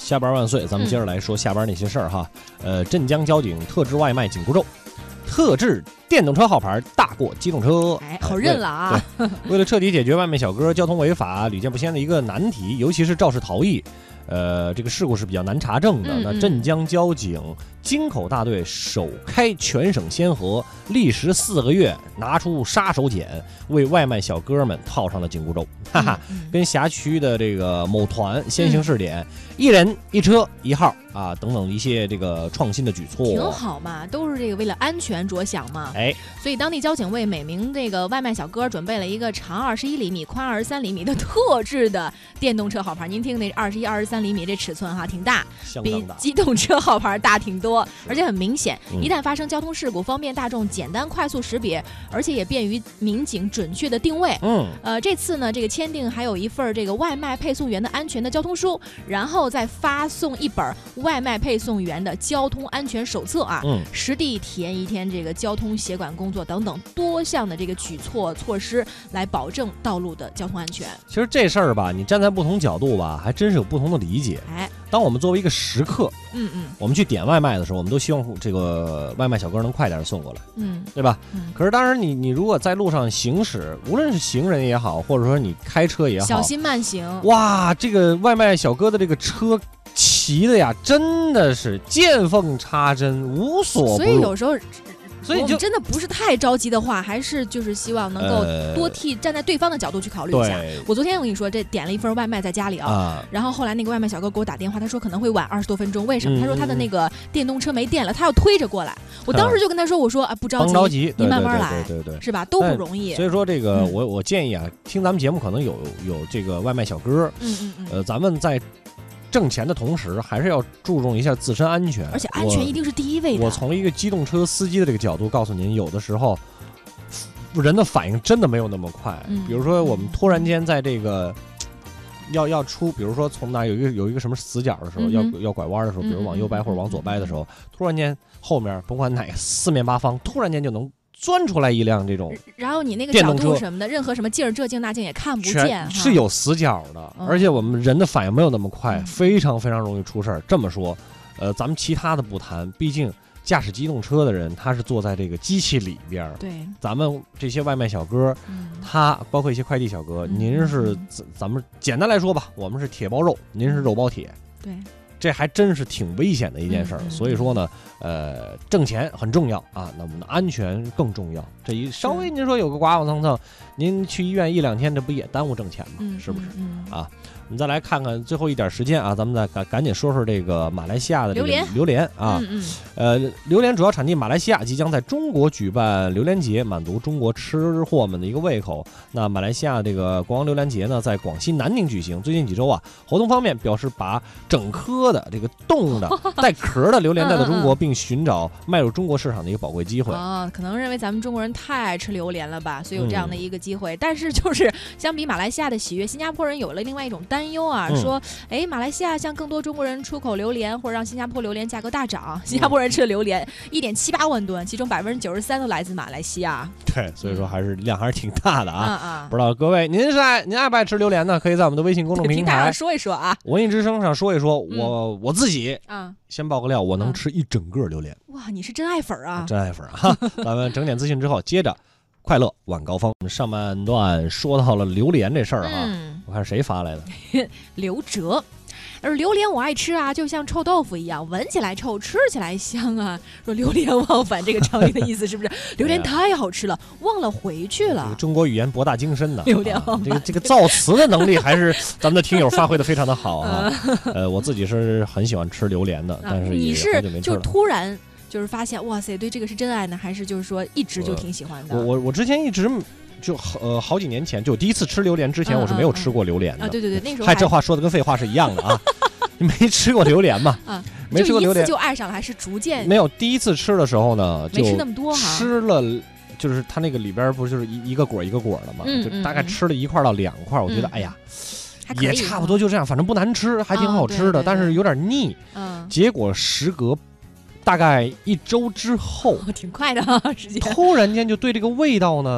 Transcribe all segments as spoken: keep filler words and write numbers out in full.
下班万岁！咱们接着来说下班那些事儿哈。呃，镇江交警特制外卖紧箍咒，特制电动车号牌大过机动车。 哎，好认了啊！ 对，为了彻底解决外卖小哥交通违法屡见不鲜的一个难题，尤其是肇事逃逸，呃，这个事故是比较难查证的。 嗯嗯那镇江交警京口大队首开全省先河，历时四个月，拿出杀手锏，为外卖小哥们套上了紧箍咒。哈哈， 嗯嗯、 跟辖区的这个某团先行试点，嗯、一人一车一号啊等等一些这个创新的举措， 挺好嘛，都是这个为了安全着想嘛。 哎， 所以当地交警为每名这个外卖小哥准备了一个长二十一厘米、宽二十三厘米的特制的电动车号牌。您听那二十一、二十三厘米这尺寸哈，挺大，比机动车号牌大挺多，而且很明显。 嗯、 一旦发生交通事故，方便大众简单快速识别，而且也便于民警准确的定位。 嗯， 呃，这次呢，这个签订还有一份这个外卖配送员的安全的交通书，然后再发送一本外卖配送员的交通安全手册啊， 嗯， 实地体验一天这个交通协管工作等等多项的这个举措措施，来保证道路的交通安全。 其实这事儿吧，你站在不同角度吧，还真是有不同的理解。 哎， 当我们作为一个食客， 嗯嗯， 我们去点外卖的时候，我们都希望这个外卖小哥能快点送过来， 嗯， 对吧？ 嗯、 可是当然你，你你如果在路上行驶，无论是行人也好，或者说你开车也好， 小心慢行。 哇，这个外卖小哥的这个车骑的呀，真的是见缝插针，无所不入。 所以有时候。 所以就真的不是太着急的话，还是就是希望能够多替站在对方的角度去考虑一下。呃、我昨天我跟你说，这点了一份外卖在家里啊， 啊然后后来那个外卖小哥给我打电话，他说可能会晚二十多分钟，为什么？ 嗯、 他说他的那个电动车没电了，他要推着过来。我当时就跟他说，我说啊不着急， 着急， 你慢慢来， 对对 对, 对, 对， 是吧？都不容易。 所以说这个我、嗯、我建议啊，听咱们节目可能有有这个外卖小哥， 嗯嗯嗯， 呃，咱们在。挣钱的同时，还是要注重一下自身安全， 而且安全一定是第一位的。 我从一个机动车司机的这个角度告诉您，有的时候人的反应真的没有那么快。 嗯、 比如说，我们突然间在这个要要出，比如说从哪有一个有一个什么死角的时候， 嗯、 要要拐弯的时候，比如往右掰或者往左掰的时候， 嗯、 突然间后面甭管哪个四面八方，突然间就能钻出来一辆这种， 然后你那个角度什么的，任何什么镜儿这镜那镜也看不见， 是有死角的， 嗯、 而且我们人的反应没有那么快， 嗯、 非常非常容易出事儿。这么说，呃，咱们其他的不谈，毕竟驾驶机动车的人他是坐在这个机器里边， 对， 咱们这些外卖小哥， 嗯、 他包括一些快递小哥， 嗯、 您是咱们简单来说吧，我们是铁包肉，您是肉包铁， 对。 这还真是挺危险的一件事儿， 嗯嗯、 所以说呢，呃，挣钱很重要啊，那我们的安全更重要。这一稍微您说有个刮刮蹭蹭，您去医院一两天，这不也耽误挣钱吗？ 嗯、 是不是？ 嗯嗯、 啊，我们再来看看最后一点时间啊，咱们再赶赶紧说说这个马来西亚的这个榴莲榴莲啊， 嗯嗯、 呃，榴莲主要产地马来西亚，即将在中国举办榴莲节，满足中国吃货们的一个胃口。那马来西亚这个国王榴莲节呢，在广西南宁举行。最近几周啊，活动方面表示把整颗的这个冻的带壳的榴莲带到中国，并寻找迈入中国市场的一个宝贵机会。 啊，可能认为咱们中国人太爱吃榴莲了吧，所以有这样的一个机会。嗯、但是就是相比马来西亚的喜悦，新加坡人有了另外一种担忧啊， 嗯、 说，哎，马来西亚向更多中国人出口榴莲，或者让新加坡榴莲价格大涨。新加坡人吃的榴莲一点七八万吨，其中百分之九十三都来自马来西亚。 对，所以说还是量还是挺大的啊。 嗯嗯、 不知道各位您是爱您爱不爱吃榴莲呢？可以在我们的微信公众平台说一说啊， 文艺之声上说一说。 嗯、 我我自己啊。 先爆个料，我能吃一整个榴莲。 嗯、哇，你是真爱粉啊！ 真爱粉啊！咱们整点资讯之后，接着快乐晚高峰。上半段说到了榴莲这事儿哈， 嗯、 我看谁发来的， 刘哲。而榴莲我爱吃啊，就像臭豆腐一样，闻起来臭，吃起来香啊。说流连忘返这个成语的意思是不是？榴莲太好吃了，忘了回去了。 这个中国语言博大精深的， 流连忘返、 啊、这个这个造词的能力还是咱们的听友发挥的非常的好啊。呃，我自己是很喜欢吃榴莲的，但是也好久没吃了。 你是就突然就是发现，哇塞，对这个是真爱呢，还是就是说一直就挺喜欢的？ 我我我之前一直。就呃好几年前，就第一次吃榴莲之前，我是没有吃过榴莲的。 啊，对对对，那时候还这话说的跟废话是一样的啊！你没吃过榴莲吗？ 啊， 没吃过榴莲就爱上了，还是逐渐？ 没有，第一次吃的时候呢， 没吃那么多哈， 吃了就是它那个里边不就是一一个果一个果的嘛， 嗯、 就大概吃了一块到两块，我觉得、 嗯、 哎呀。 也差不多就这样，反正不难吃，还挺好吃的， 哦、对对对但是有点腻。 嗯， 结果时隔大概一周之后， 哦、挺快的、啊、时间， 突然间就对这个味道呢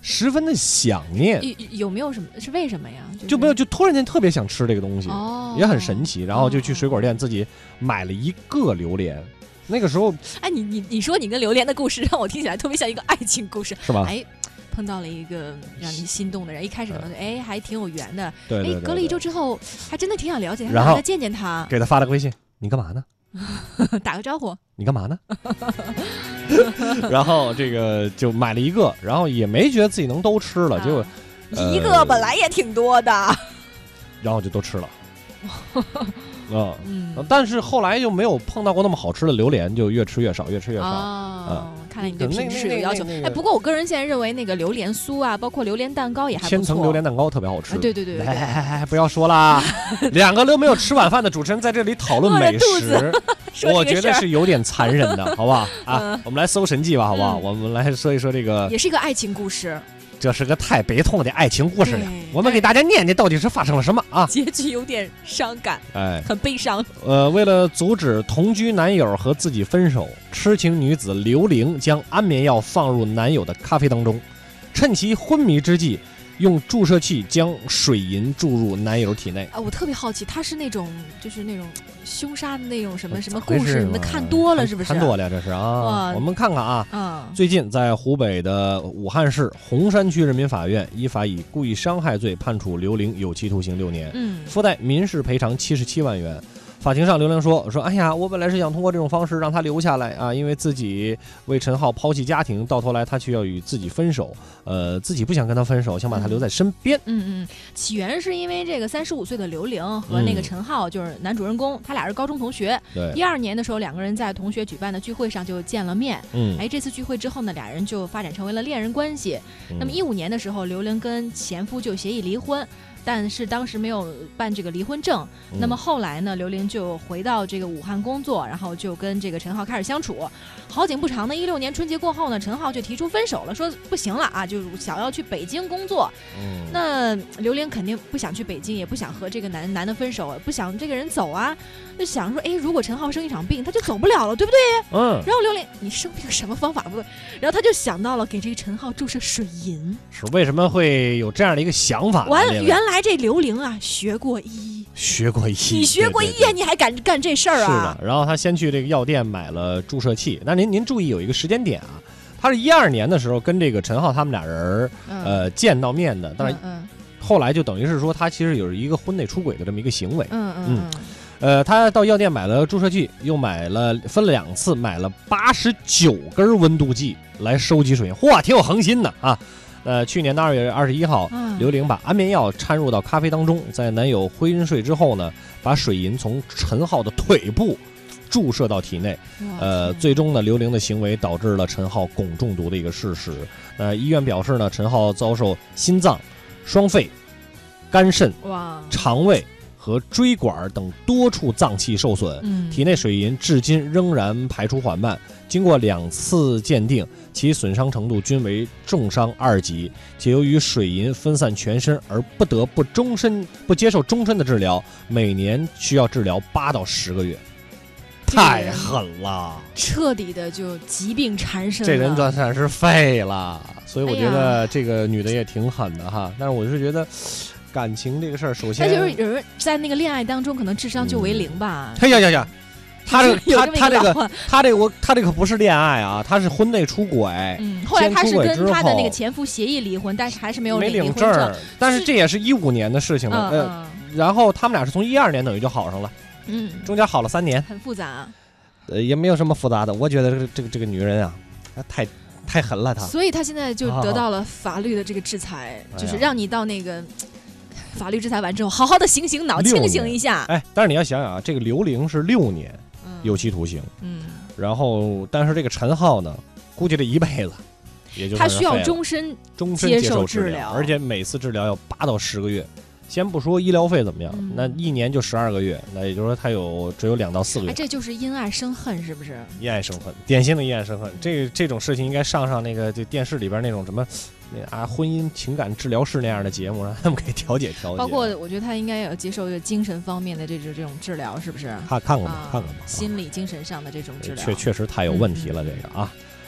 十分的想念。 有有没有什么是为什么呀？就是、 就没有就突然间特别想吃这个东西， 哦、 也很神奇。然后就去水果店自己买了一个榴莲。那个时候， 哎，你你你说你跟榴莲的故事，让我听起来特别像一个爱情故事， 是吧？ 哎。碰到了一个让你心动的人，一开始可能哎还挺有缘的， 对对对对， 哎，隔了一周之后还真的挺想了解他， 然后再见见他， 给他发了个微信，你干嘛呢？ 打个招呼， 你干嘛呢？然后这个就买了一个，然后也没觉得自己能都吃了，啊、结果、 呃、一个本来也挺多的， 然后就都吃了。啊，嗯，但是后来就没有碰到过那么好吃的榴莲，就越吃越少，越吃越少。 哦， 嗯、 看来你对品质有要求。哎，不过我个人现在认为那个榴莲酥啊，包括榴莲蛋糕也还不错。 千层榴莲蛋糕特别好吃。 啊、对对对对对。 哎，不要说啦，两个都没有吃晚饭的主持人在这里讨论美食，我觉得是有点残忍的，好不好？啊，嗯、我们来搜神迹吧，好不好？嗯、我们来说一说这个， 也是一个爱情故事。 这是个太悲痛的爱情故事了，我们给大家念念到底是发生了什么啊？ 结局有点伤感，哎，很悲伤。 呃，为了阻止同居男友和自己分手，痴情女子刘玲将安眠药放入男友的咖啡当中，趁其昏迷之际，用注射器将水银注入男友体内。 啊，我特别好奇，他是那种就是那种凶杀的那种什么什么故事，你们看多了是不是？ 看多了这是啊。我们看看啊，嗯，最近在湖北的武汉市洪山区人民法院依法以故意伤害罪判处刘玲有期徒刑六年，嗯，附带民事赔偿七十七万元。法庭上，刘玲说：“说，哎呀，我本来是想通过这种方式让他留下来啊，因为自己为陈浩抛弃家庭，到头来他却要与自己分手，呃，自己不想跟他分手，想把他留在身边。” 嗯嗯，起源是因为这个三十五岁的刘玲和那个陈浩，就是男主人公，他俩是高中同学。 对， 一二年的时候，两个人在同学举办的聚会上就见了面。嗯，哎，这次聚会之后呢，俩人就发展成为了恋人关系。嗯、那么一五年的时候，刘玲跟前夫就协议离婚。但是当时没有办这个离婚证，嗯、那么后来呢，刘玲就回到这个武汉工作，然后就跟这个陈浩开始相处。好景不长呢，一六年春节过后呢，陈浩就提出分手了，说不行了啊，就想要去北京工作。嗯、那刘玲肯定不想去北京，也不想和这个男男的分手，不想这个人走啊，就想说，哎，如果陈浩生一场病，他就走不了了，对不对？嗯。然后刘玲，你生病什么方法不对？然后他就想到了给这个陈浩注射水银。 是为什么会有这样的一个想法？ 完，原来。这刘玲啊，学过医， 学过医， 你学过医啊，你还敢干这事儿啊？ 是的。然后他先去这个药店买了注射器。那您您注意有一个时间点啊，他是一二年的时候跟这个陈浩他们俩人、嗯、呃见到面的，但是后来就等于是说他其实有一个婚内出轨的这么一个行为。嗯嗯嗯。呃，他到药店买了注射器，又买了分了两次，买了八十九根温度计来收集水银，嚯，挺有恒心的啊。呃，去年的二月二十一号，嗯、刘玲把安眠药掺入到咖啡当中，在男友昏睡之后呢，把水银从陈浩的腿部注射到体内。呃，最终呢，刘玲的行为导致了陈浩汞中毒的一个事实。呃，医院表示呢，陈浩遭受心脏、双肺、肝肾、肠胃和椎管等多处脏器受损，嗯、体内水银至今仍然排出缓慢。经过两次鉴定，其损伤程度均为重伤二级，且由于水银分散全身而不得不终身不接受终身的治疗，每年需要治疗八到十个月。太狠了， 彻底的就疾病缠身了， 这人算是废了。所以我觉得这个女的也挺狠的哈，但是我是觉得感情这个事儿，首先那就是有人在那个恋爱当中可能智商就为零吧。 嘿呀呀呀！他这他他这个他这个我他这个不是恋爱啊，他是婚内出轨。 嗯，后来他是跟他的那个前夫协议离婚，但是还是没有没领证。但是这也是一五年的事情了。 嗯、 呃，然后他们俩是从一二年等于就好上了。嗯，中间好了三年， 很复杂。 呃，也没有什么复杂的。我觉得这个这个这个女人啊，太太狠了，她。 所以她现在就得到了法律的这个制裁，啊、就是让你到那个。法律制裁完之后，好好的醒醒脑，清醒一下。 哎，但是你要想想啊，这个刘玲是六年有期徒刑，嗯，然后但是这个陈浩呢，估计这一辈子也就他需要终身终身接受治疗，而且每次治疗要八到十个月。先不说医疗费怎么样，嗯、那一年就十二个月，那也就是说他有只有两到四个月。 哎，这就是因爱生恨，是不是？ 因爱生恨，典型的因爱生恨。这这种事情应该上上那个就电视里边那种什么。那啊，婚姻情感治疗室那样的节目，让他们给调解调解。 包括我觉得他应该要接受一个精神方面的这种这种治疗，是不是？ 他看过吗？ 啊、 看过吗？ 心理精神上的这种治疗， 确确实太有问题了，嗯、这个啊。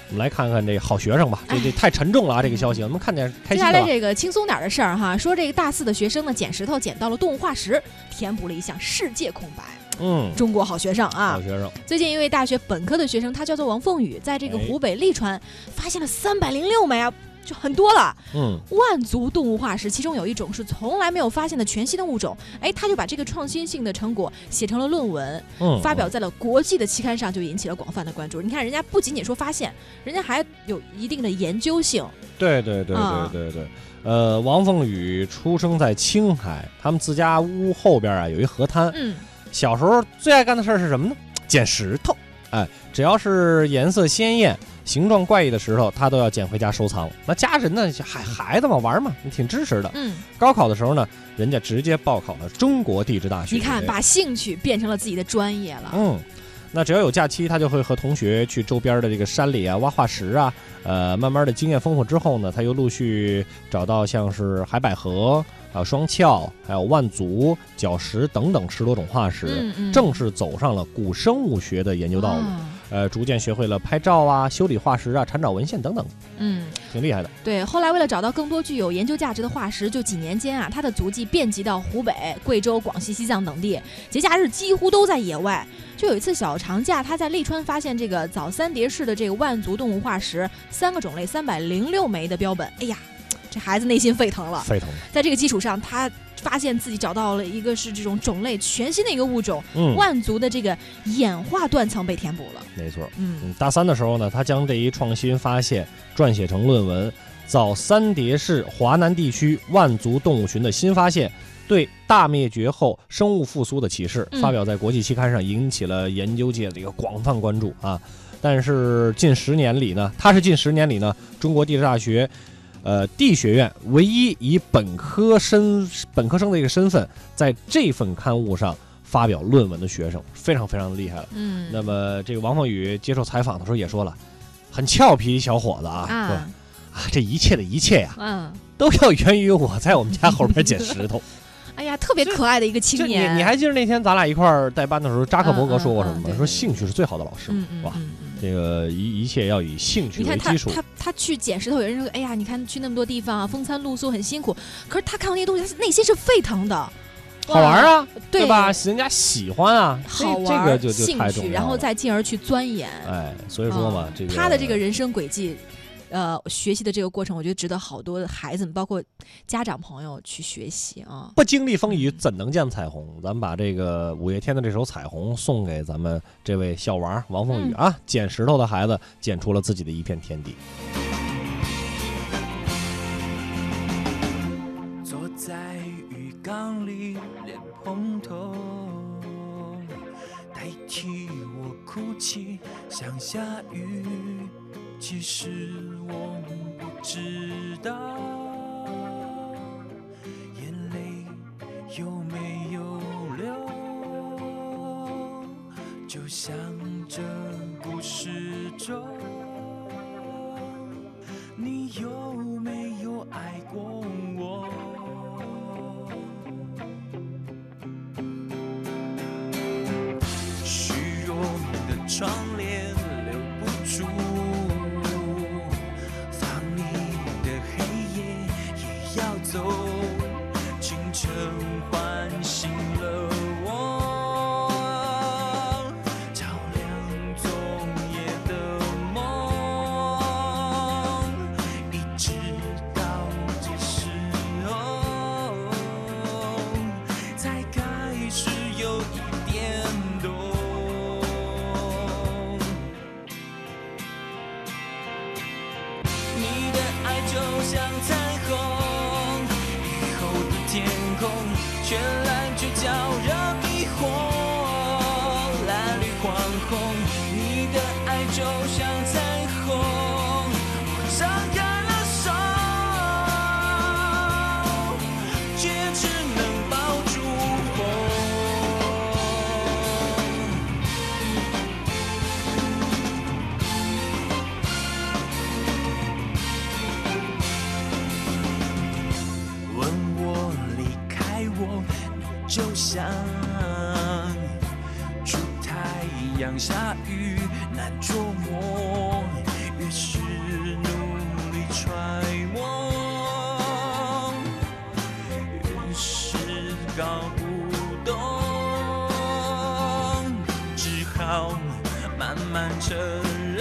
我们来看看这个好学生吧，这这太沉重了啊！这个消息，我们看点开心的。 接下来这个轻松点的事儿哈，说这个大四的学生呢捡石头捡到了动物化石，填补了一项世界空白。嗯，中国好学生啊， 好学生。 最近一位大学本科的学生，他叫做王凤宇，在这个湖北利川发现了三百零六枚啊。就很多了，嗯，万足动物化石，其中有一种是从来没有发现的全新的物种，哎，他就把这个创新性的成果写成了论文，嗯，发表在了国际的期刊上，就引起了广泛的关注。你看，人家不仅仅说发现，人家还有一定的研究性。 对对对对对对，嗯、呃，王凤宇出生在青海，他们自家屋后边啊有一河滩，嗯，小时候最爱干的事儿是什么呢？捡石头，哎，只要是颜色鲜艳、形状怪异的石头，他都要捡回家收藏。那家人呢，孩孩子嘛，玩嘛，挺支持的。嗯，高考的时候呢，人家直接报考了中国地质大学。 你看，把兴趣变成了自己的专业了。 嗯，那只要有假期，他就会和同学去周边的这个山里啊挖化石啊。呃，慢慢的经验丰富之后呢，他又陆续找到像是海百合、还有双鞘、还有万足、角石等等十多种化石，嗯嗯正式走上了古生物学的研究道路。啊呃，逐渐学会了拍照啊、修理化石啊、查找文献等等，嗯，挺厉害的。 对，后来为了找到更多具有研究价值的化石，就几年间啊，他的足迹遍及到湖北、贵州、广西、西藏等地，节假日几乎都在野外。就有一次小长假，他在利川发现这个早三叠式的这个万足动物化石，三个种类三百零六枚的标本，哎呀，这孩子内心沸腾了， 沸腾了。 在这个基础上，他发现自己找到了一个是这种种类全新的一个物种，嗯，万足的这个演化断层被填补了。 没错，嗯，大三的时候呢，他将这一创新发现撰写成论文，《早三叠式华南地区万足动物群的新发现：对大灭绝后生物复苏的启示》，发表在国际期刊上，引起了研究界的一个广泛关注啊。但是近十年里呢，他是近十年里呢，中国地质大学。呃，地学院唯一以本科生本科生的一个身份，在这份刊物上发表论文的学生，非常非常的厉害了。嗯，那么这个王凤宇接受采访的时候也说了，很俏皮小伙子啊，啊，啊这一切的一切呀、啊，嗯，都要源于我在我们家后边捡石头。 哎呀，特别可爱的一个青年。 你你还记得那天咱俩一块儿带班的时候，扎克伯格说过什么吗？嗯嗯、说兴趣是最好的老师，嗯嗯、哇。嗯嗯这个一一切要以兴趣为基础。 你看他他他去捡石头，有人说，哎呀，你看去那么多地方啊，风餐露宿很辛苦。可是他看到那些东西，他内心是沸腾的， 好玩啊， 对, 对吧？人家喜欢啊， 好玩， 这个就就太重要了， 然后再进而去钻研。 哎，所以说嘛， 嗯、 这个他的这个人生轨迹。呃，学习的这个过程，我觉得值得好多孩子们，包括家长朋友去学习啊。 不经历风雨，怎能见彩虹？咱们把这个五月天的这首《彩虹》送给咱们这位小王王凤宇、嗯、啊，捡石头的孩子捡出了自己的一片天地。 坐在浴缸里，脸蓬头，代替我哭泣，像下雨。其实我不知道，眼泪有没有流，就像这故事中，你有没有爱过我？虚荣的窗帘留不住。走，清晨唤醒了我，照亮昨夜的梦，一直到这时候，才开始有一点懂。你的爱就像彩虹。天空绚烂却叫人迷惑，蓝绿黄红，你的爱就像彩虹，我张开了手，却只能抱住就像出太阳下雨难捉摸，雨是努力揣摩，越是搞不懂，只好慢慢承认，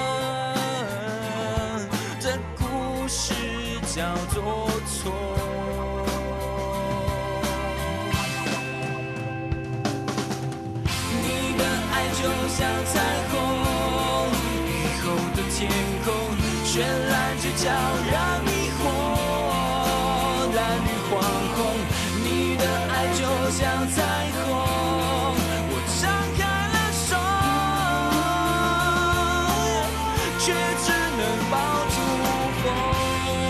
这故事叫做错。你的爱就像彩虹，以后的天空绚烂却叫人迷惑，蓝绿黄红。你的爱就像彩虹，我张开了手，却只能抱住风。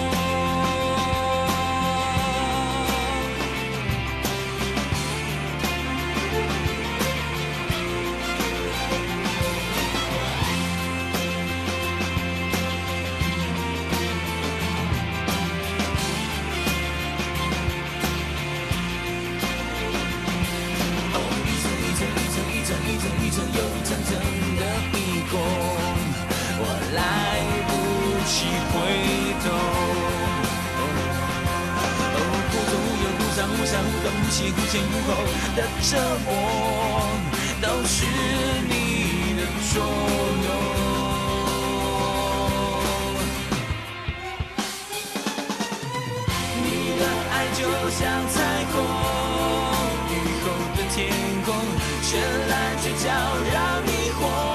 一层一层又一层层的逼宫，我来不及回头。哦，忽左忽右，忽上忽下，忽东忽西，忽前忽后的折磨，都是你的捉弄。你的爱就像彩虹，雨后的天空。绚烂却叫人迷惑。